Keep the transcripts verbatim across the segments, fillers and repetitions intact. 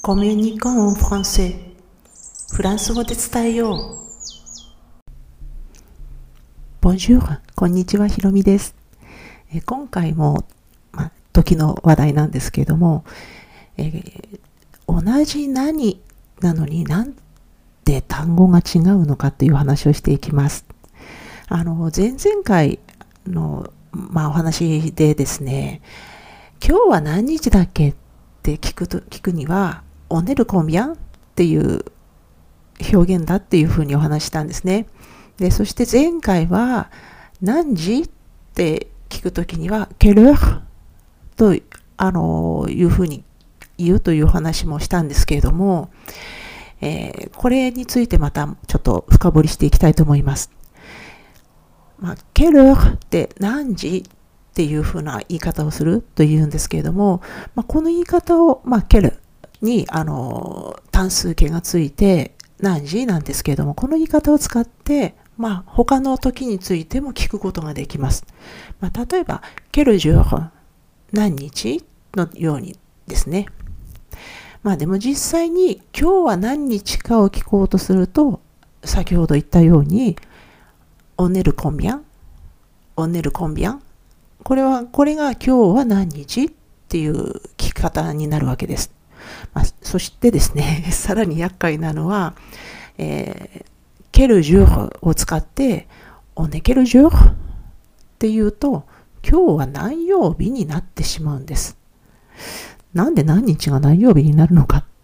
コミュニコンフランセフランス語で伝えよう。ボンジュール、こんにちは、ひろみです。え今回も、まあ、時の話題なんですけれども、えー、同じ何なのになんで単語が違うのかという話をしていきます。あの前々回の、まあ、お話でですね、今日は何日だっけって聞くと聞くには、オネルコンビアンっていう表現だっていうふうにお話したんですね。で、そして前回は何時って聞くときには、ケルとあのいうふうに言うという話もしたんですけれども、えー、これについてまたちょっと深掘りしていきたいと思います。まあ、ケルって何時っていうふうな言い方をするというんですけれども、まあ、この言い方を、まあ、ケルにあの単数形がついて何時なんですけれども、この言い方を使って、まあ、他の時についても聞くことができます。まあ、例えば、ケルジュール、何日のようにですね。まあでも実際に今日は何日かを聞こうとすると、先ほど言ったように、オネルコンビアン、オネルコンビアン、これは、これが今日は何日っていう聞き方になるわけです。まあ、そしてですね、さらに厄介なのは、えー、ケルジュールを使って、オネケルジュールっていうと、今日は何曜日になってしまうんです。なんで何日が何曜日になるのかって、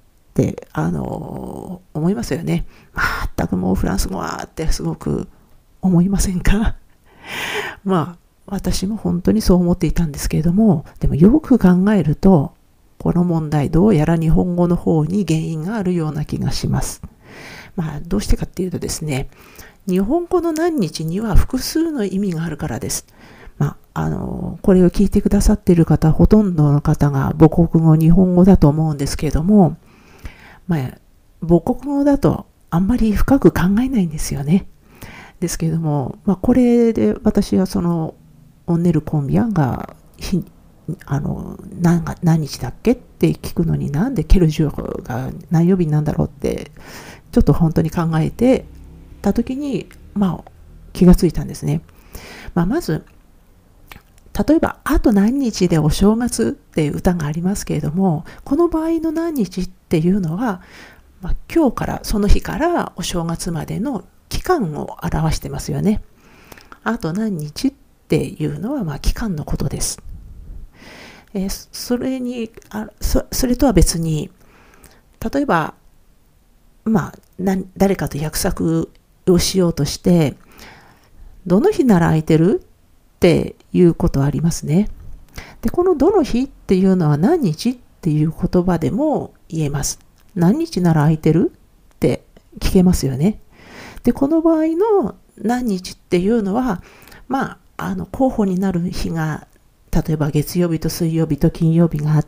あのー、思いますよね。まったくもうフランス語はってすごく思いませんか？まあ、私も本当にそう思っていたんですけれども、でもよく考えると、この問題どうやら日本語の方に原因があるような気がします。まあ、どうしてかっていうとですね、日本語の何日には複数の意味があるからです。まあ、あの、これを聞いてくださっている方、ほとんどの方が母国語、日本語だと思うんですけれども、まあ、母国語だとあんまり深く考えないんですよね。ですけれども、まあ、これで私はその、オネルコンビアンが日あの 何, 何日だっけって聞くのに、なんでケルジュールが何曜日なんだろうってちょっと本当に考えてた時に、まあ、気がついたんですね。まあ、まず例えばあと何日でお正月っていう歌がありますけれども、この場合の何日っていうのは、まあ、今日からその日からお正月までの期間を表してますよね。あと何日っていうのは、まあ、期間のことです。えー、それにあそ、それとは別に、例えば、まあ、な誰かと約束をしようとして、どの日なら空いてるっていうことはありますね。で、このどの日っていうのは何日っていう言葉でも言えます。何日なら空いてるって聞けますよね。で、この場合の何日っていうのは、まあ、あの候補になる日が、例えば月曜日と水曜日と金曜日があって、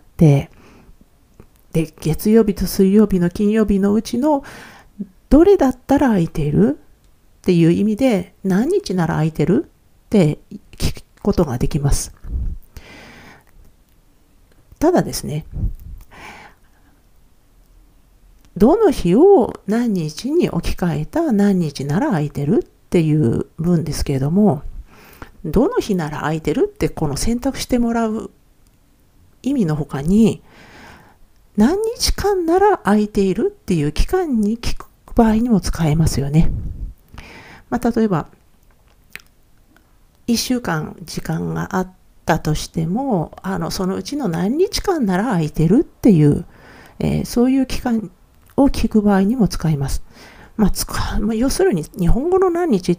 で、月曜日と水曜日の金曜日のうちのどれだったら空いているっていう意味で、何日なら空いてるって聞くことができます。ただですね、どの日を何日に置き換えた何日なら空いてるっていう文ですけれども、どの日なら空いてるってこの選択してもらう意味の他に、何日間なら空いているっていう期間に聞く場合にも使えますよね。まあ、例えばいっしゅうかん時間があったとしても、あのそのうちの何日間なら空いてるっていう、えー、そういう期間を聞く場合にも使います。まあ、使まあ、要するに日本語の何日って、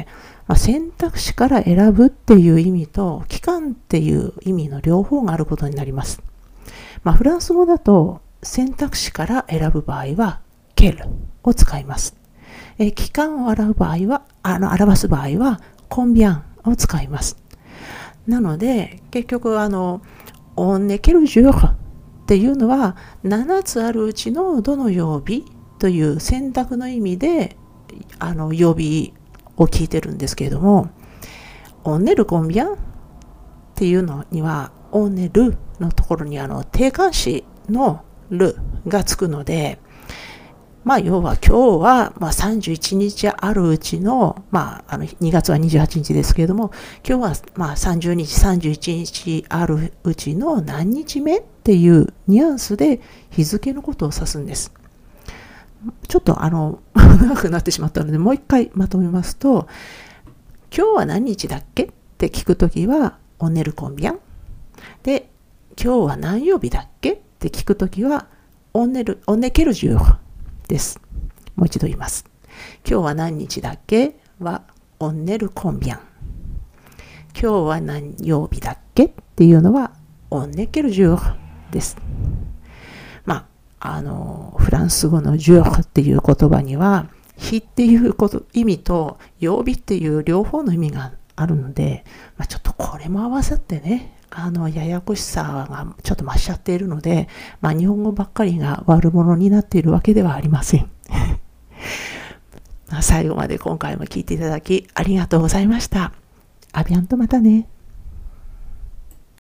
まあ、選択肢から選ぶっていう意味と期間っていう意味の両方があることになります。まあ、フランス語だと選択肢から選ぶ場合はケルを使います。えー、期間を表す場合はあの表す場合はコンビアンを使います。なので結局あのオンネケルジュールっていうのはななつあるうちのどの曜日という選択の意味であの曜日を聞いてるんですけれども、オンネルコンビアンっていうのにはオンネルのところにあの定冠詞のルがつくので、まあ要は今日はまあさんじゅういちにちあるうちの、まああのにがつはにじゅうはちにちですけれども、今日はまあさんじゅうにち、さんじゅういちにちあるうちの何日目っていうニュアンスで日付のことを指すんです。ちょっとあの長くなってしまったのでもう一回まとめますと、今日は何日だっけって聞くときはオネルコンビャンで、今日は何曜日だっけって聞くときはオネルオネケルジューです。もう一度言います。今日は何日だっけはオネルコンビャン。今日は何曜日だっけっていうのはオネケルジューです。まあ、あのフランス語のジューっていう言葉には日っていうこと意味と曜日っていう両方の意味があるので、まあ、ちょっとこれも合わさってね、あのややこしさがちょっと増しちゃっているので、まあ、日本語ばっかりが悪者になっているわけではありません。最後まで今回も聞いていただきありがとうございました。アビアンとまたね。